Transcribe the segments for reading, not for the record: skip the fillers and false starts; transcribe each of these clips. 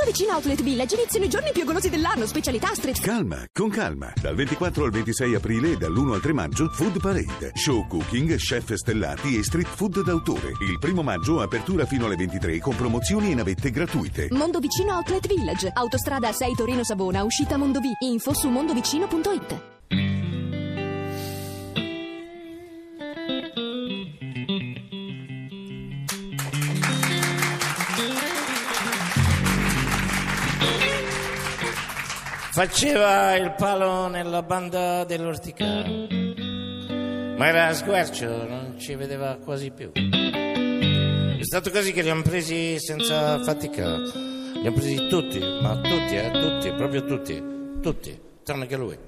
Vicino Outlet Village iniziano i giorni più golosi dell'anno, specialità street. Calma, con calma. Dal 24 al 26 aprile e dall'1 al 3 maggio, Food Parade. Show cooking, chef stellati e street food d'autore. Il 1 maggio, apertura fino alle 23 con promozioni e navette gratuite. Mondovicino Outlet Village. Autostrada 6 Torino Savona, uscita Mondovì. Info su mondovicino.it. Faceva il palo nella banda dell'orticara, ma era sguarcio, non ci vedeva quasi più. È stato così che li hanno presi senza fatica. Li hanno presi tutti, ma tutti, proprio tutti, tranne che lui.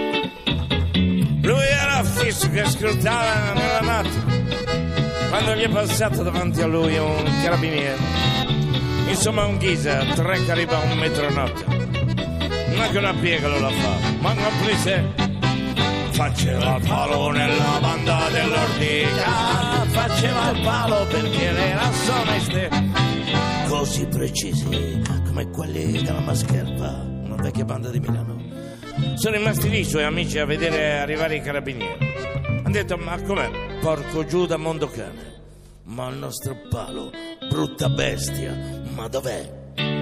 Lui era fisso che scrutava nella notte, quando gli è passato davanti a lui un carabiniere. Insomma un ghisa, 3 caliba, 1 metro a notte. Non è che una piega lo la fa, ma complice. Faceva il palo nella banda dell'ortica, faceva il palo perché era soneste, così precisi come quelli della Mascherpa, una vecchia banda di Milano. Sono rimasti lì i suoi amici a vedere arrivare i carabinieri. Hanno detto: ma com'è? Porco Giuda Mondocane, ma il nostro palo, brutta bestia, ma dov'è?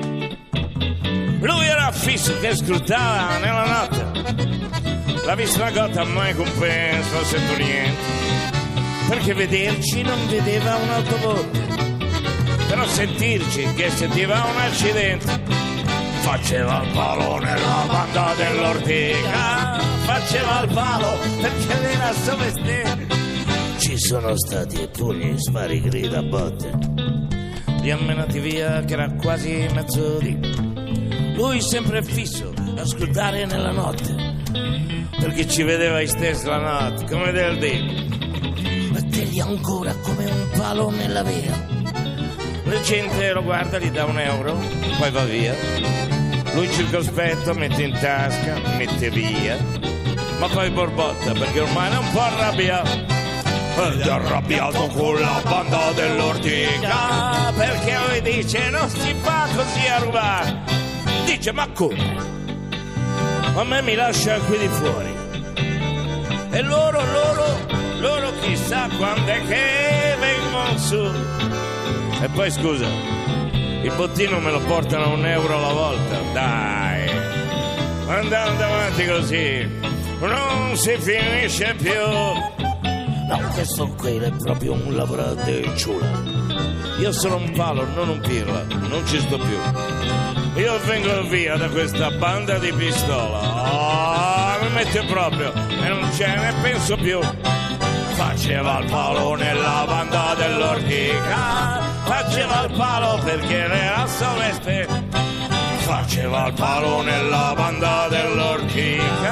Lui era fisso che scrutava nella notte, l'ha vista una gota, mai compenso, non sento niente, perché vederci non vedeva un'autobotte, però sentirci che sentiva un accidente. Faceva il palo nella banda dell'ortica, faceva il palo perché era soveste. Ci sono stati pugni, spari, grida, botte, li hanno menati via che era quasi mezzodì. Lui sempre fisso a scrutare nella notte, perché ci vedeva stessa la notte come del dì. Battegli ancora come un palo nella via. La gente lo guarda, gli dà €1, poi va via. Lui circospetto mette in tasca, mette via, ma poi borbotta perché ormai non può arrabbiare. Ed è arrabbiato con la banda dell'ortica, perché lui dice: non si fa così a rubare. Dice: ma come? A me mi lascia qui di fuori. E loro chissà quando è che vengono su. E poi scusa, il bottino me lo portano a €1 alla volta. Dai, andando avanti così non si finisce più. No, questo qui è proprio un lavorante ciula. Io sono un palo, non un pirla, non ci sto più. Io vengo via da questa banda di pistola. Mi mette proprio e non ce ne penso più. Faceva il palo nella banda dell'ortica, faceva il palo perché era soleste. Faceva il palo nella banda dell'ortica,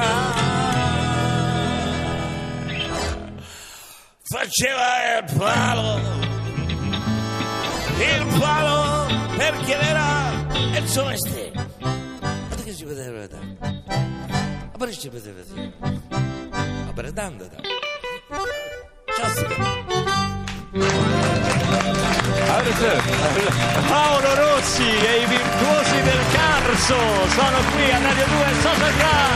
faceva il palo perché era il suo este. Ma che ci poteva vedere? Ma perché ci poteva vedere? Ma per andare. Paolo Rossi e i virtuosi del Carso sono qui a Radio 2 Social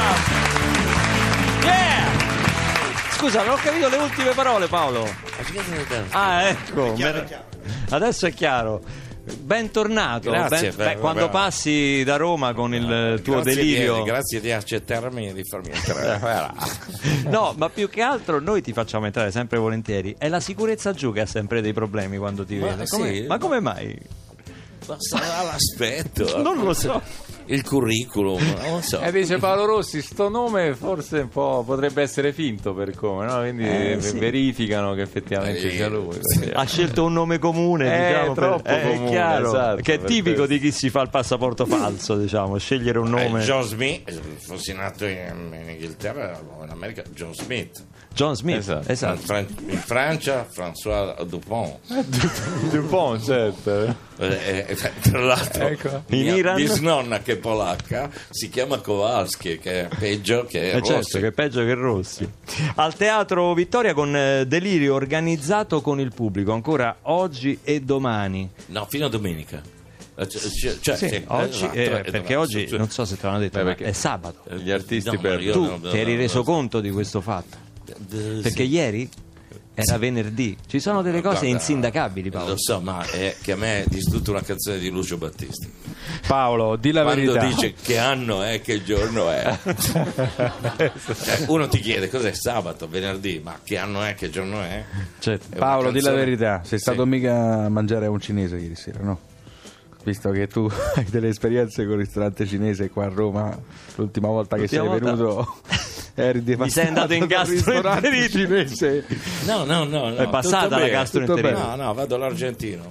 Club. Yeah! Scusa, non ho capito le ultime parole, Paolo. Ah, ecco. Adesso è chiaro. Bentornato. Grazie. Quando passi da Roma con il tuo delirio. Grazie di accettarmi e di farmi entrare. No, ma più che altro noi ti facciamo entrare sempre volentieri. È la sicurezza giù che ha sempre dei problemi quando ti vede. Sì. Ma come mai? Ma sarà l'aspetto. Non lo so. Il curriculum, non lo so. Dice Paolo Rossi, sto nome forse un po' potrebbe essere finto per come, no? Quindi sì. verificano che effettivamente sia lui. Ha scelto un nome comune, diciamo, troppo comune, chiaro, esatto, che è tipico questo. di chi si fa il passaporto falso, diciamo, scegliere un nome. John Smith, fossi nato in Inghilterra o in America, John Smith. John Smith, esatto. In Francia, François Dupont. Dupont, certo. Tra l'altro, in mia Iran bisnonna che è polacca si chiama Kowalski, che è peggio che Rossi. Certo, che è peggio che Rossi. Al Teatro Vittoria con delirio organizzato con il pubblico ancora oggi e domani. No, fino a domenica. Sì, oggi, perché oggi non so se te l'hanno detto, ma è sabato. Gli artisti No, ma io Tu ti eri reso conto di questo fatto? Perché ieri era venerdì. Ci sono delle cose Guarda, insindacabili, Paolo. Lo so, ma è che a me è distrutta una canzone di Lucio Battisti. Paolo, di la Quando verità. dice che anno è, che giorno è. Uno ti chiede cos'è sabato, venerdì, ma che anno è, che giorno è? Certo. È una Paolo, di la canzone- verità. Sei stato Sì. mica a mangiare a un cinese ieri sera, no? Visto che tu hai delle esperienze con il ristorante cinese qua a Roma, l'ultima volta che sei L'ultima volta- venuto eri devastato. Mi sei andato in dal ristorante gastroenterite. cinese. No. È passata tutto la bene. gastroenterite. No, vado all'argentino.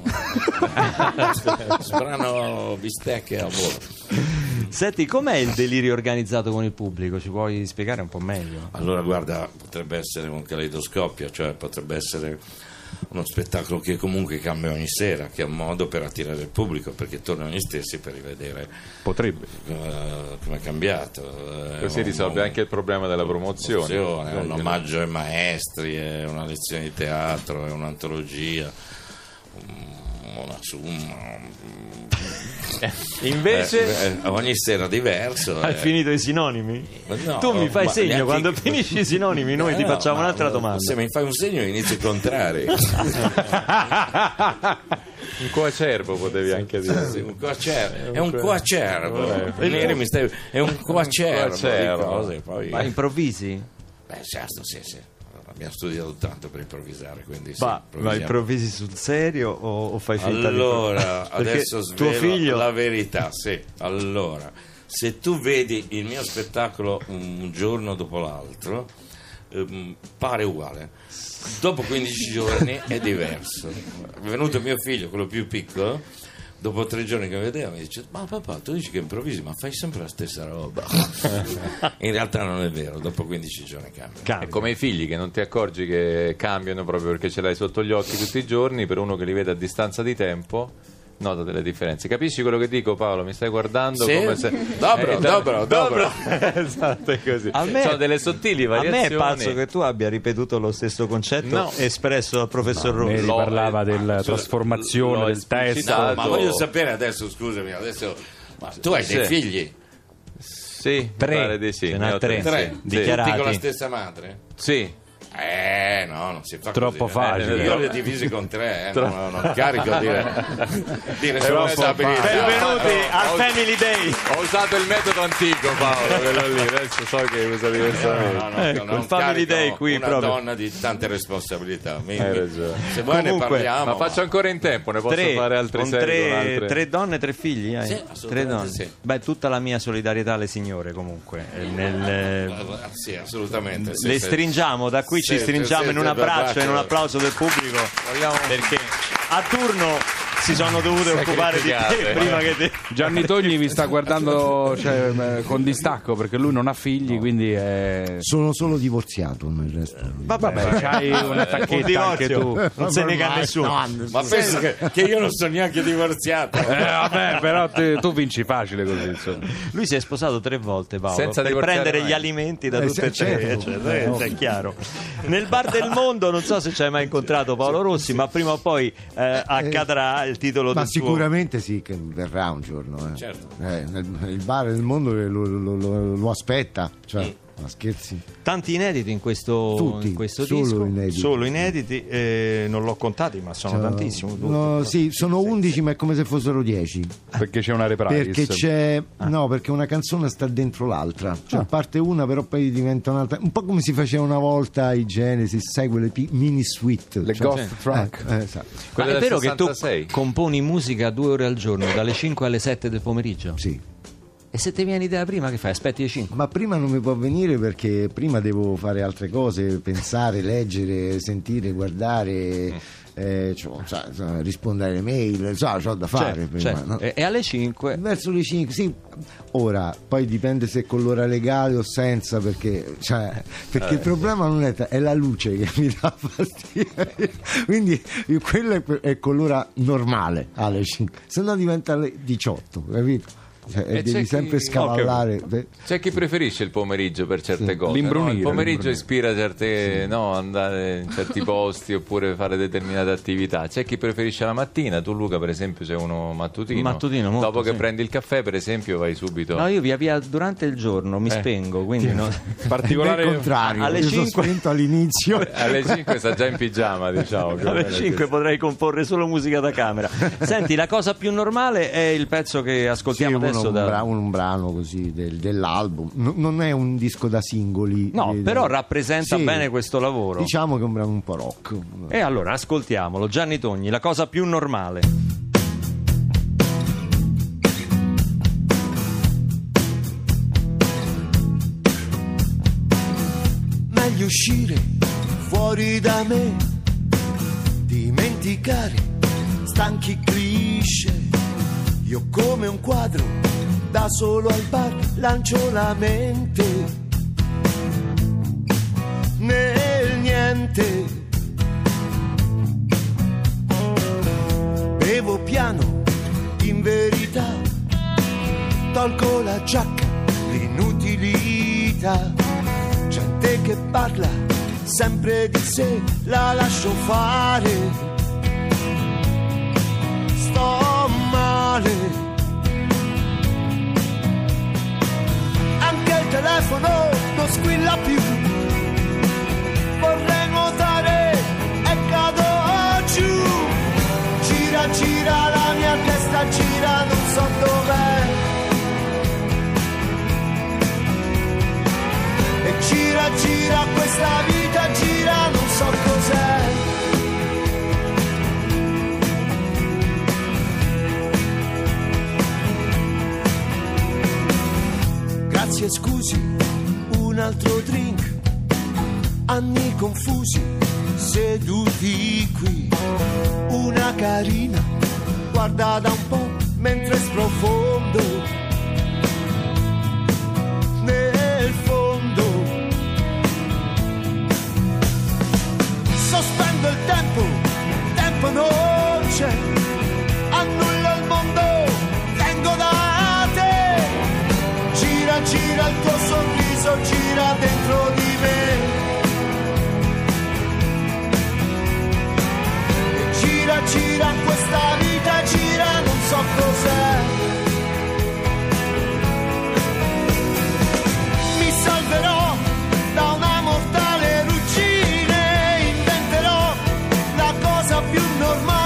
Sbrano bistecche a volo. Senti, com'è il delirio organizzato con il pubblico? Ci puoi spiegare un po' meglio? Allora, guarda, potrebbe essere un caleidoscopio, cioè potrebbe essere uno spettacolo che comunque cambia ogni sera, che è un modo per attirare il pubblico, perché tornano gli stessi per rivedere Potrebbe. come è cambiato. Così risolve anche il problema della promozione. È un omaggio ai maestri, è una lezione di teatro, è un'antologia, una Invece ogni sera diverso. Hai finito i sinonimi? No, Tu mi fai ma segno, neanche- quando finisci i sinonimi noi ti No, facciamo ma un'altra domanda. Se mi fai un segno inizio il contrario. un coacervo potevi anche dire. Sì, un coacervo. È un coacervo. Neri mi stai- È un coacervo di cose, poi- Ma improvvisi? Beh, certo, sì. Abbiamo studiato tanto per improvvisare, quindi sì, Ma improvvisiamo. improvvisi sul serio o fai finta Allora, di... Perché adesso tuo svelo figlio... la verità, sì. Allora, se tu vedi il mio spettacolo un giorno dopo l'altro, pare uguale. Dopo 15 giorni è diverso. È venuto mio figlio, quello più piccolo, dopo 3 giorni che mi vedeva mi dice: ma papà, tu dici che improvvisi, ma fai sempre la stessa roba. In realtà non è vero, dopo 15 giorni cambia. È come i figli che non ti accorgi che cambiano proprio perché ce l'hai sotto gli occhi tutti i giorni, per uno che li vede a distanza di tempo nota delle differenze. Capisci quello che dico, Paolo? Mi stai guardando Sì? come se Dobro. Esatto, è così. A me- Sono delle sottili A variazioni. me è pazzo che tu abbia ripetuto lo stesso concetto No. espresso dal professor Neri Rossi. parlava della l'ho trasformazione del testo. esplicitato. Ma voglio sapere adesso, scusami, adesso, ma tu hai dei Sì. figli? Sì, mi Tre. pare di sì. Ce ne n'ha ho tre. Tre? Sì. Dichiarati. Tutti con la stessa madre? Sì. No, non si fa Troppo così. facile. Io li ho divisi con 3, non carico di responsabilità. Benvenuti al Ho- Family Day. Ho usato il metodo antico, Paolo, quello lì. Adesso so che usa diversamente. Ecco, non il Family carico Day qui una proprio. donna di tante responsabilità. Hai ragione. Se vuoi Comunque, ne parliamo. Ma faccio ancora in tempo, ne posso fare altri con 6 con altre. tre donne, 3 figli. Sì, Tre assolutamente donne. sì. Beh, tutta la mia solidarietà alle signore comunque. Sì, assolutamente. Le stringiamo, da qui ci Sì, stringiamo sì, in sì, un abbraccio e in un abbraccio. applauso del pubblico. Perché a turno si sono dovute occupare di te Sacrificate. prima che te. Gianni Togni vi sta guardando con distacco perché lui non ha figli, quindi è... Sono solo divorziato, nel resto. Vabbè, c'hai una Un tacchetta anche tu. divorzio, non se ne nega nessuno. Ma penso che io non sono neanche divorziato. Vabbè, però tu vinci facile così, insomma. Lui si è sposato 3 volte, Paolo, Senza per divorziare prendere mai. gli alimenti da tutte e tre, certo. è chiaro. Nel bar del mondo, non so se ci hai mai incontrato Paolo Rossi, ma prima o poi accadrà il titolo Ma del suo... sicuramente sì, che verrà un giorno. Certo. Il bar del mondo lo aspetta. Cioè, ma scherzi? Tanti inediti in questo, Tutti, in questo solo disco. inediti. Solo inediti, non l'ho contati, ma sono tantissimi. No, sì, sono 11, ma è come se fossero 10. Perché c'è una reprise. Perché c'è. No, perché una canzone sta dentro l'altra. Cioè, parte una, però poi diventa un'altra. Un po' come si faceva una volta i Genesis, sai, quelle mini suite. Le cioè, ghost track. esatto. Ma Quella è del vero che 66. tu componi musica 2 ore al giorno, dalle 5 alle 7 del pomeriggio? Sì. E se ti viene l'idea prima, che fai? Aspetti le 5? Ma prima non mi può venire perché prima devo fare altre cose, pensare, leggere, sentire, guardare, rispondere alle mail, c'ho da fare prima. No? E alle 5? Verso le 5, sì. Ora, poi dipende se con l'ora legale o senza, perché il problema non è la luce che mi dà fastidio. Quindi quello è con l'ora normale alle 5, se no diventa alle 18, capito? cioè, E devi c'è sempre chi- scavallare. C'è chi preferisce il pomeriggio per certe cose. l'imbrunire, Il pomeriggio l'imbrunire. ispira certe, andare in certi posti oppure fare determinate attività. C'è chi preferisce la mattina. Tu, Luca, per esempio, sei uno mattutino. Mattutino, molto, Dopo che sì. prendi il caffè, per esempio, vai subito. No, io via durante il giorno mi spengo, quindi no. Particolare Al contrario, alle io sono 5 spento all'inizio. Alle 5 sta già in pigiama, diciamo. più o alle meno 5 potrei comporre solo musica da camera. Senti, la cosa più normale è il pezzo che ascoltiamo adesso un brano così dell'album. Non è un disco da singoli. No, però rappresenta Sì, bene questo lavoro. Diciamo che è un brano un po' rock. E allora ascoltiamolo, Gianni Togni, la cosa più normale. Meglio uscire fuori da me, dimenticare stanchi cliché. Io come un quadro da solo al bar lancio la mente nel niente. Bevo piano, in verità, tolgo la giacca, l'inutilità. Gente che parla sempre di sé, la lascio fare. Sto male. Anche il telefono non squilla più. Vorrei nuotare e cado giù. Gira, gira, la mia testa gira, non so dov'è. E gira, gira, questa vita gira, non so cos'è. Grazie, scusi, un altro drink. Anni confusi, seduti qui. Una carina, guarda da un po' mentre sprofondo nel fondo. Sospendo il tempo non c'è. Annullo il mondo, vengo da te. Gira, gira il tuo sorriso, gira dentro di me. E gira, gira, questa vita gira, non so cos'è. Mi salverò da una mortale ruggine, inventerò la cosa più normale.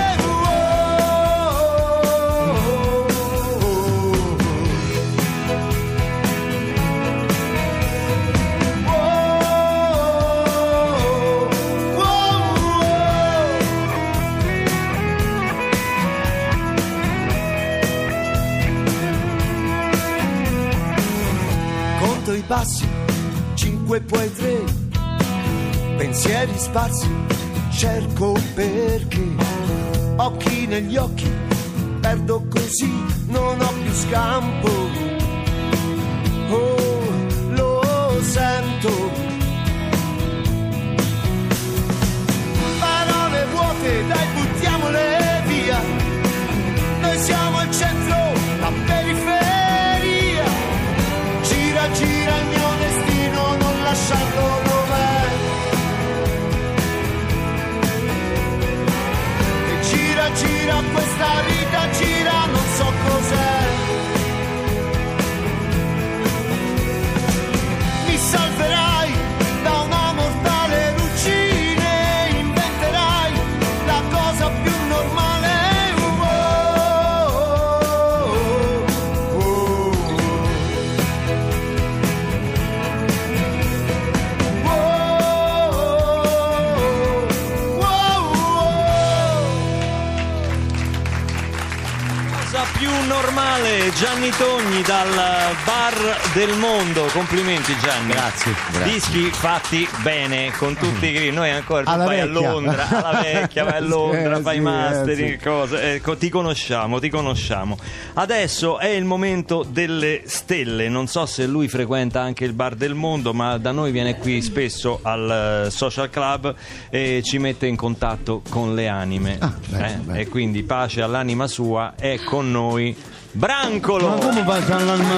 Conto i passi, 5 poi 3, pensieri sparsi, cerco perché, occhi negli occhi, perdo così, non ho più scampo, oh, lo sento. Parole vuote, dai buttiamole via, noi siamo il centro, la periferia. Gira, gira il mio destino, non lasciarlo dov'è. E gira, gira, questa vita gira, non so cos'è. Mi salverai da una mortale ruggine, inventerai la cosa più normale. Più normale, Gianni Togni dal Bar del Mondo. Complimenti, Gianni. Grazie. Dischi fatti bene con tutti i green. Noi ancora tu Alla vai vecchia. a Londra, alla vecchia, vai a Londra, fai sì, mastering, sì. cose. Ecco, ti conosciamo. Adesso è il momento delle stelle. Non so se lui frequenta anche il Bar del Mondo, ma da noi viene qui spesso al Social Club e ci mette in contatto con le anime. bene. E quindi pace all'anima sua. È con noi Brancolo. Ma come fa all'anima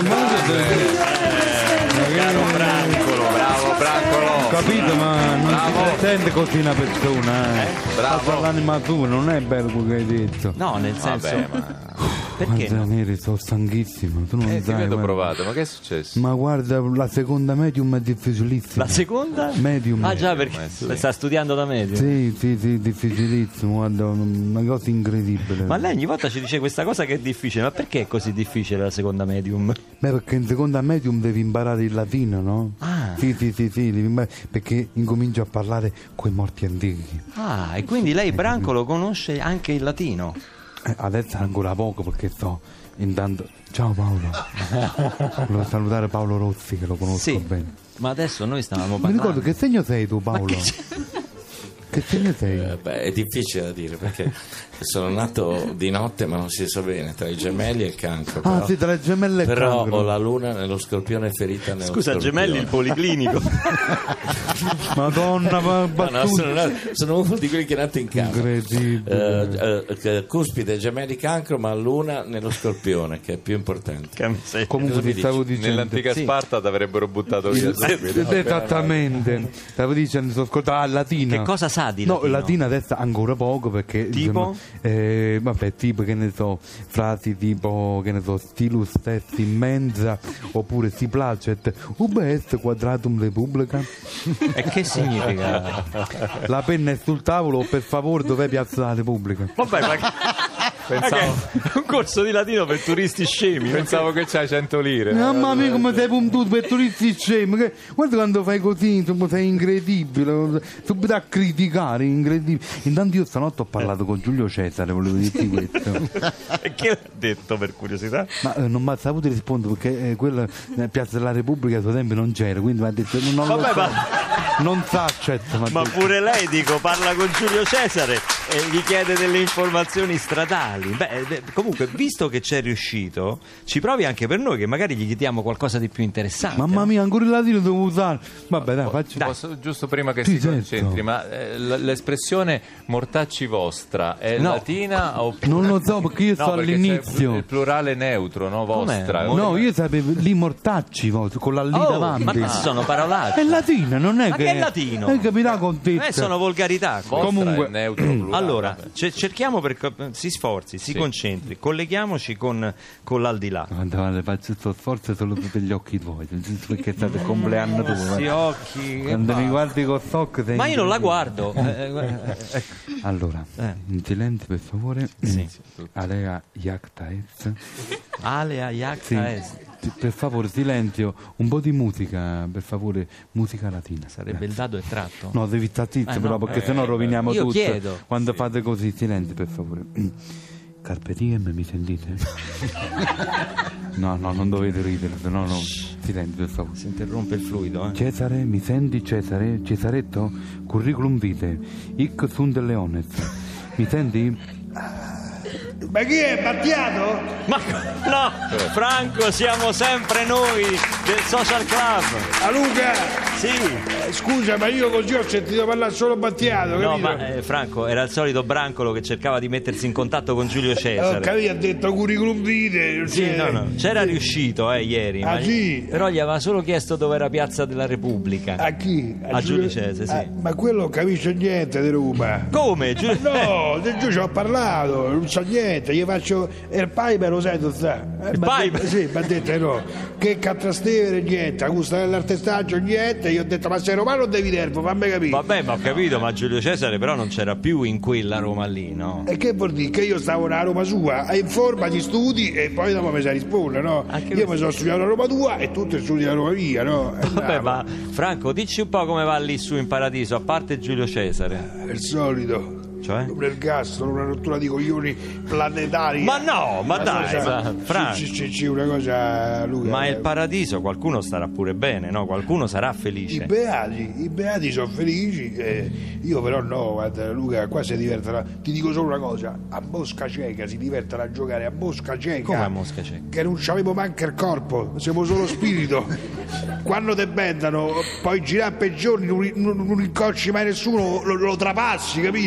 Caro Brancolo, bravo Brancolo. Capito, ma non si pretende così una persona, Bravo. Passa l'anima tua, non è bello quello che hai detto. No, nel senso... Vabbè, ma Perché Guarda, no? Neri, sono stanchissimo, tu non ti sai. vedo guarda. provato, ma che è successo? Ma guarda, la seconda medium è difficilissima. La seconda? Medium. Ah già, perché sì. sta studiando da medio. Sì, difficilissimo, guarda, una cosa incredibile. Ma lei ogni volta ci dice questa cosa che è difficile, ma perché è così difficile la seconda medium? Beh, perché in seconda medium devi imparare il latino, no? Ah. Sì, devi perché incomincio a parlare coi morti antichi. Ah, e quindi lei Brancolo conosce anche il latino? Adesso ancora poco perché sto intanto. Ciao Paolo. Volevo salutare Paolo Rossi che lo conosco Sì, bene. ma adesso noi stavamo Mi parlando... ricordo che segno sei tu, Paolo? Che segno sei? Beh, è difficile da dire perché sono nato di notte ma non si sa bene tra i gemelli e il cancro. Ah, Però, sì, tra le gemelle e il però cancro. ho la luna nello scorpione ferita nello Scusa, scorpione. Gemelli il policlinico. Madonna, ma No, battuta. sono uno di quelli che è nato in cancro. Incredibile. Cuspide gemelli cancro ma luna nello scorpione che è più importante. Comunque Cosa mi ti stavo dici? dicendo. Nell'antica Sparta ti avrebbero buttato via subito. Esattamente. Stavo dicendo, sto ascoltando latina. Che cosa sa di No, latino? latina adesso ancora poco perché Tipo? vabbè, tipo che ne so, frasi tipo che ne so, stilus est immensa oppure si placet ubest quadratum repubblica. E che significa? La penna è sul tavolo, per favore, dov'è Piazza della Repubblica? Vabbè, ma un corso di latino per turisti scemi. Pensavo che c'hai 100 lire. Mamma mia, come sei puntuto per turisti scemi. Guarda quando fai così, insomma, sei incredibile. Subito a criticare, incredibile. Intanto io stanotte ho parlato con Giulio Cesare, volevo dirti questo. E che ha detto per curiosità? Ma non mi ha saputo rispondere perché quella Piazza della Repubblica a suo tempo non c'era, quindi mi ha detto non lo Vabbè, so. Non sa, certo. Ma pure lei, dico, parla con Giulio Cesare e gli chiede delle informazioni stradali. Beh, comunque, visto che c'è riuscito, ci provi anche per noi, che magari gli chiediamo qualcosa di più interessante. Mamma mia, ancora il latino devo usare. Vabbè, dai, faccio. Posso, giusto prima che Sì, si certo. concentri, ma l'espressione mortacci vostra è latina o Non lo so perché io sto perché c'è all'inizio. il plurale neutro, no? Vostra. No, io sapevo lì mortacci con la lì davanti. ma questi sono parolacce. È latino, non è Ma che è latino? È capità con te. Sono volgarità. Vostra comunque- è neutro plurale. Allora, vabbè. cerchiamo si sforzi, si concentri, colleghiamoci con l'aldilà. Guarda, faccio questo sforzo solo per gli occhi tuoi, perché è stato il compleanno tuo. Questi occhi. Quando mi guardi con stocco sei Ma io non la incredibile. guardo. Allora, in silenzio per favore. Sì. Alea Iacta Es. Alea Iacta Sì. Es. Per favore, silenzio, un po' di musica, per favore, musica latina. Sarebbe il dado e tratto. No, devi stare zitto, no, però, perché sennò roviniamo io tutto. chiedo. Quando fate così, silenzio, per favore. Carpe diem, mi sentite? No, non dovete ridere, no, silenzio, per favore. Si interrompe il fluido, eh. Cesare, mi senti Cesare? Cesaretto? Curriculum vitae, hic sunt leones. Mi senti? Ma chi è? Battiato? Ma no, Franco, siamo sempre noi del Social Club. A Luca? Sì. Scusa, ma io così ho sentito parlare solo Battiato, No, capito? ma Franco era il solito Brancolo che cercava di mettersi in contatto con Giulio Ho Cesare. capito, ha detto curriculum vitae. Sì, no, c'era riuscito ieri, Ah, sì? però gli aveva solo chiesto dove era Piazza della Repubblica. A chi? A Giulio Cesare, sì. Ma quello non capisce niente di Roma. Come? Giulio... No, di giù ci ho parlato, non so niente, gli faccio il piper, lo sai, tu sta. Il piper? Sì, mi ha detto no, che Catrastevere niente, Augusta dell'Artestaggio niente, io ho detto ma sei romano o devi nervo, fammi capire. Vabbè, ma ho capito, ma Giulio Cesare però non c'era più in quella Roma lì, no? E che vuol dire? Che io stavo nella Roma sua, in forma di studi e poi dopo mi sa risponde, no? Anche Io mi sono studiato la Roma tua e tu ti studi la Roma mia, no? Vabbè, ma Franco, dici un po' come va lì su in paradiso, a parte Giulio Cesare. È il solito. Cioè? Come il gas, una rottura di coglioni planetari. Ma no, ma dai, Franco. Sì, una cosa, Luca. Ma il paradiso qualcuno starà pure bene, no? Qualcuno sarà felice. I beati sono felici, io però no, guarda Luca, qua si divertono. Ti dico solo una cosa, a Mosca Cieca si divertono a giocare a Mosca Cieca. Come a Mosca Cieca? Che non c'avevo manco il corpo, siamo solo spirito. Quando te bendano, poi girare per giorni, non incocci mai nessuno, lo trapassi, capito?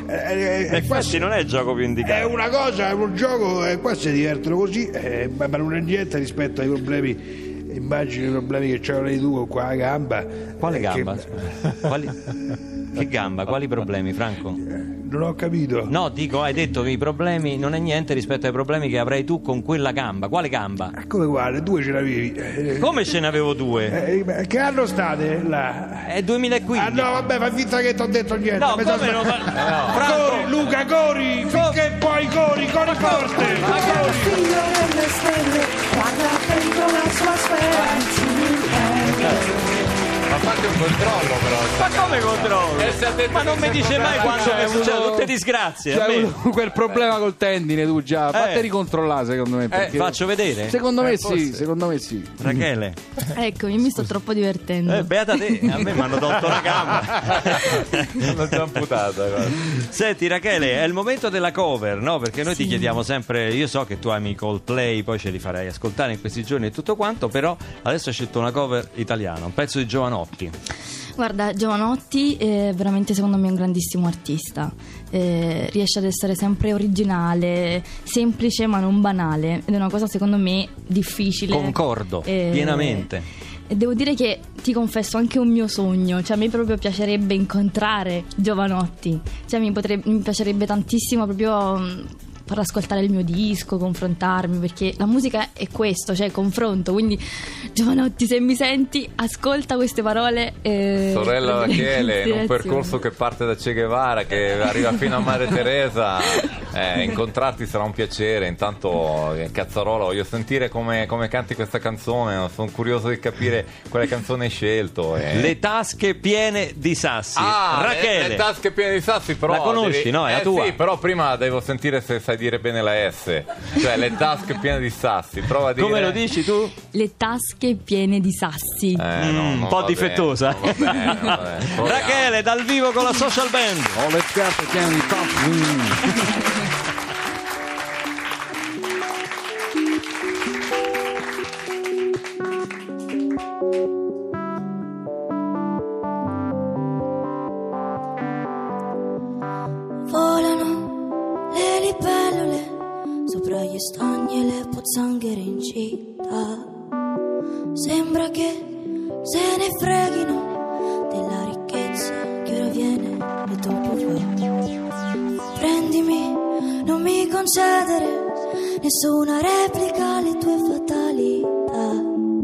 Infatti non è il gioco più indicato. È una cosa, è un gioco, qua si divertono così, ma non è niente rispetto ai problemi. Immagini i problemi che c'erano i due qua la gamba. Quale gamba? Che gamba? Quali problemi, Franco? Non ho capito. No, dico, hai detto che i problemi non è niente rispetto ai problemi che avrai tu con quella gamba. Quale gamba? Come guarda, due ce l'avevi. Come ce ne avevo due? Che anno state là? È 2015. Ah no, vabbè, fa finta che ti ho detto niente. No, come no? Franco, Cori, Luca, cori, finché poi cori forte. Figlio delle stelle, guarda dentro la sua sfera. Ma fate un controllo però. Ma come controllo? Ma non mi dice mai quando succedono tutte disgrazie. C'è avuto quel problema col tendine tu già. Fate ricontrollare secondo me. Faccio vedere? Secondo me forse. sì, secondo me sì. Rachele. Ecco, io mi sto troppo divertendo. Beata te, a me mi hanno tolto la gamba. L'ho già amputata. Guarda. Senti Rachele, è il momento della cover, no? Perché noi ti chiediamo sempre, io so che tu ami Coldplay, poi ce li farai ascoltare in questi giorni e tutto quanto, però adesso hai scelto una cover italiana, un pezzo di Giovanotti. Guarda, Giovanotti è veramente secondo me un grandissimo artista, riesce ad essere sempre originale, semplice ma non banale, ed è una cosa secondo me difficile. Concordo, pienamente. E devo dire che ti confesso anche un mio sogno, cioè a me proprio piacerebbe incontrare Giovanotti, cioè mi piacerebbe tantissimo proprio far ascoltare il mio disco, confrontarmi, perché la musica è questo, cioè confronto. Quindi Giovanotti, se mi senti, ascolta queste parole. Sorella Rachele, in un percorso che parte da Che Guevara, che arriva fino a Madre Teresa, incontrarti sarà un piacere. Intanto Cazzarola, voglio sentire come canti questa canzone, sono curioso di capire quale canzone hai scelto. Le tasche piene di sassi. Rachele, le tasche piene di sassi, però la conosci, no? È la tua. Sì, però prima devo sentire se sai dire bene la S, cioè le tasche piene di sassi. Prova a dire. Come lo dici tu? Le tasche piene di sassi. Un po' difettosa. Bene. Rachele dal vivo con la social band. Ho le scarpe piene di tassi. Sopra gli stagni e le pozzanghere in città, sembra che se ne freghino della ricchezza che ora viene e dopo va. Prendimi, non mi concedere nessuna replica alle tue fatalità.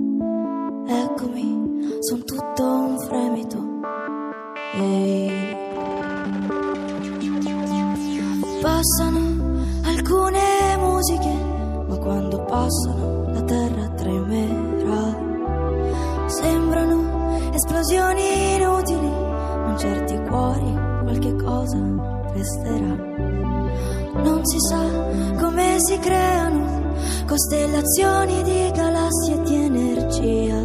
Eccomi, son tutto un fremito. Passano alcune musiche, ma quando passano la terra tremerà. Sembrano esplosioni inutili, ma in certi cuori qualche cosa resterà. Non si sa come si creano costellazioni di galassie e di energia.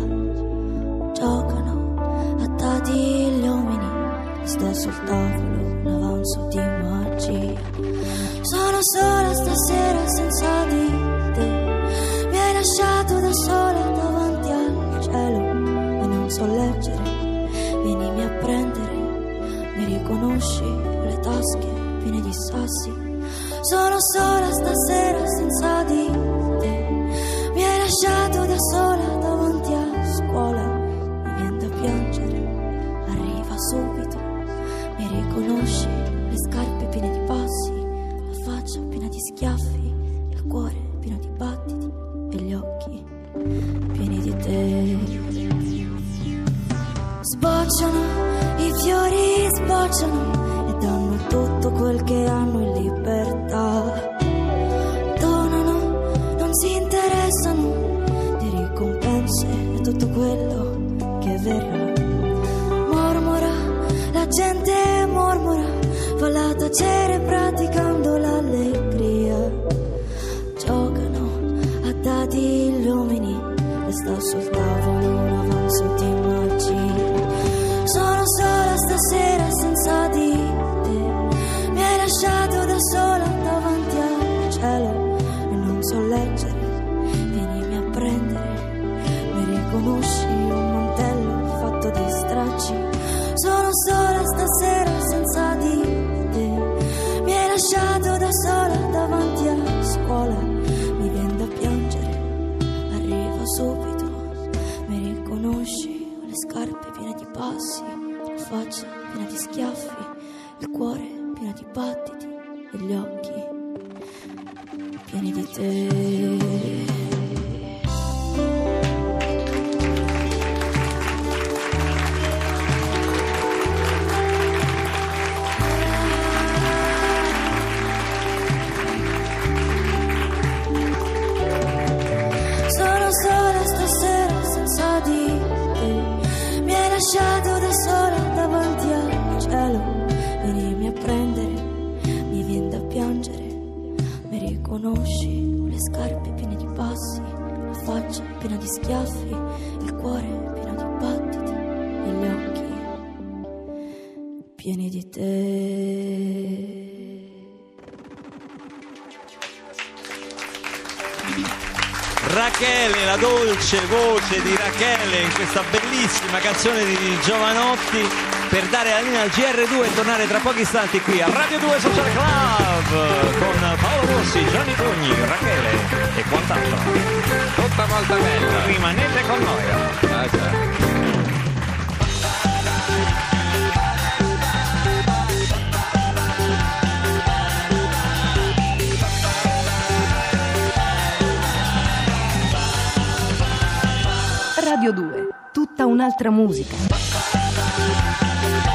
Giocano a dadi gli uomini, sta sul tavolo un avanzo di magia. Sono sola stasera senza di te, mi hai lasciato da sola davanti al cielo e non so leggere, vienimi a prendere, mi riconosci le tasche piene di sassi. Sono sola stasera senza di te, mi hai lasciato da sola davanti a scuola, mi viene da piangere, arriva subito, mi riconosci le scarpe piene di passi, faccia piena di schiaffi, il cuore pieno di battiti e gli occhi pieni di te. Sbocciano, i fiori sbocciano e danno tutto quel che hanno in libertà. Donano, non si interessano di ricompense e tutto quello che verrà. Mormora, la gente mormora, fa la tacere praticando l'allegria. Giocano a dadi gli uomini, resta sul tavolo un avanzo di magia. Sono sola stasera senza di te, mi hai lasciato da sola davanti al cielo e non so leggere, vienimi a prendere, mi riconosci un mantello fatto di stracci. Sono sola stasera senza di te, chiaro subito, mi riconosci, ho le scarpe piene di passi, la faccia piena di schiaffi, il cuore pieno di battiti e gli occhi pieni di te. Lasciato da sola davanti al cielo, venimi a prendere, mi viene da piangere, mi riconosci, ho le scarpe piene di passi, la faccia piena di schiaffi, il cuore pieno di battiti e gli occhi pieni di te. Rachele, la dolce voce di Rachele in questa bellissima canzone di Giovanotti, per dare la linea al GR2 e tornare tra pochi istanti qui a Radio 2 Social Club con Paolo Rossi, Gianni Pugni, Rachele e quant'altro. Tutta molto bella. Rimanete con noi. Radio 2, tutta un'altra musica.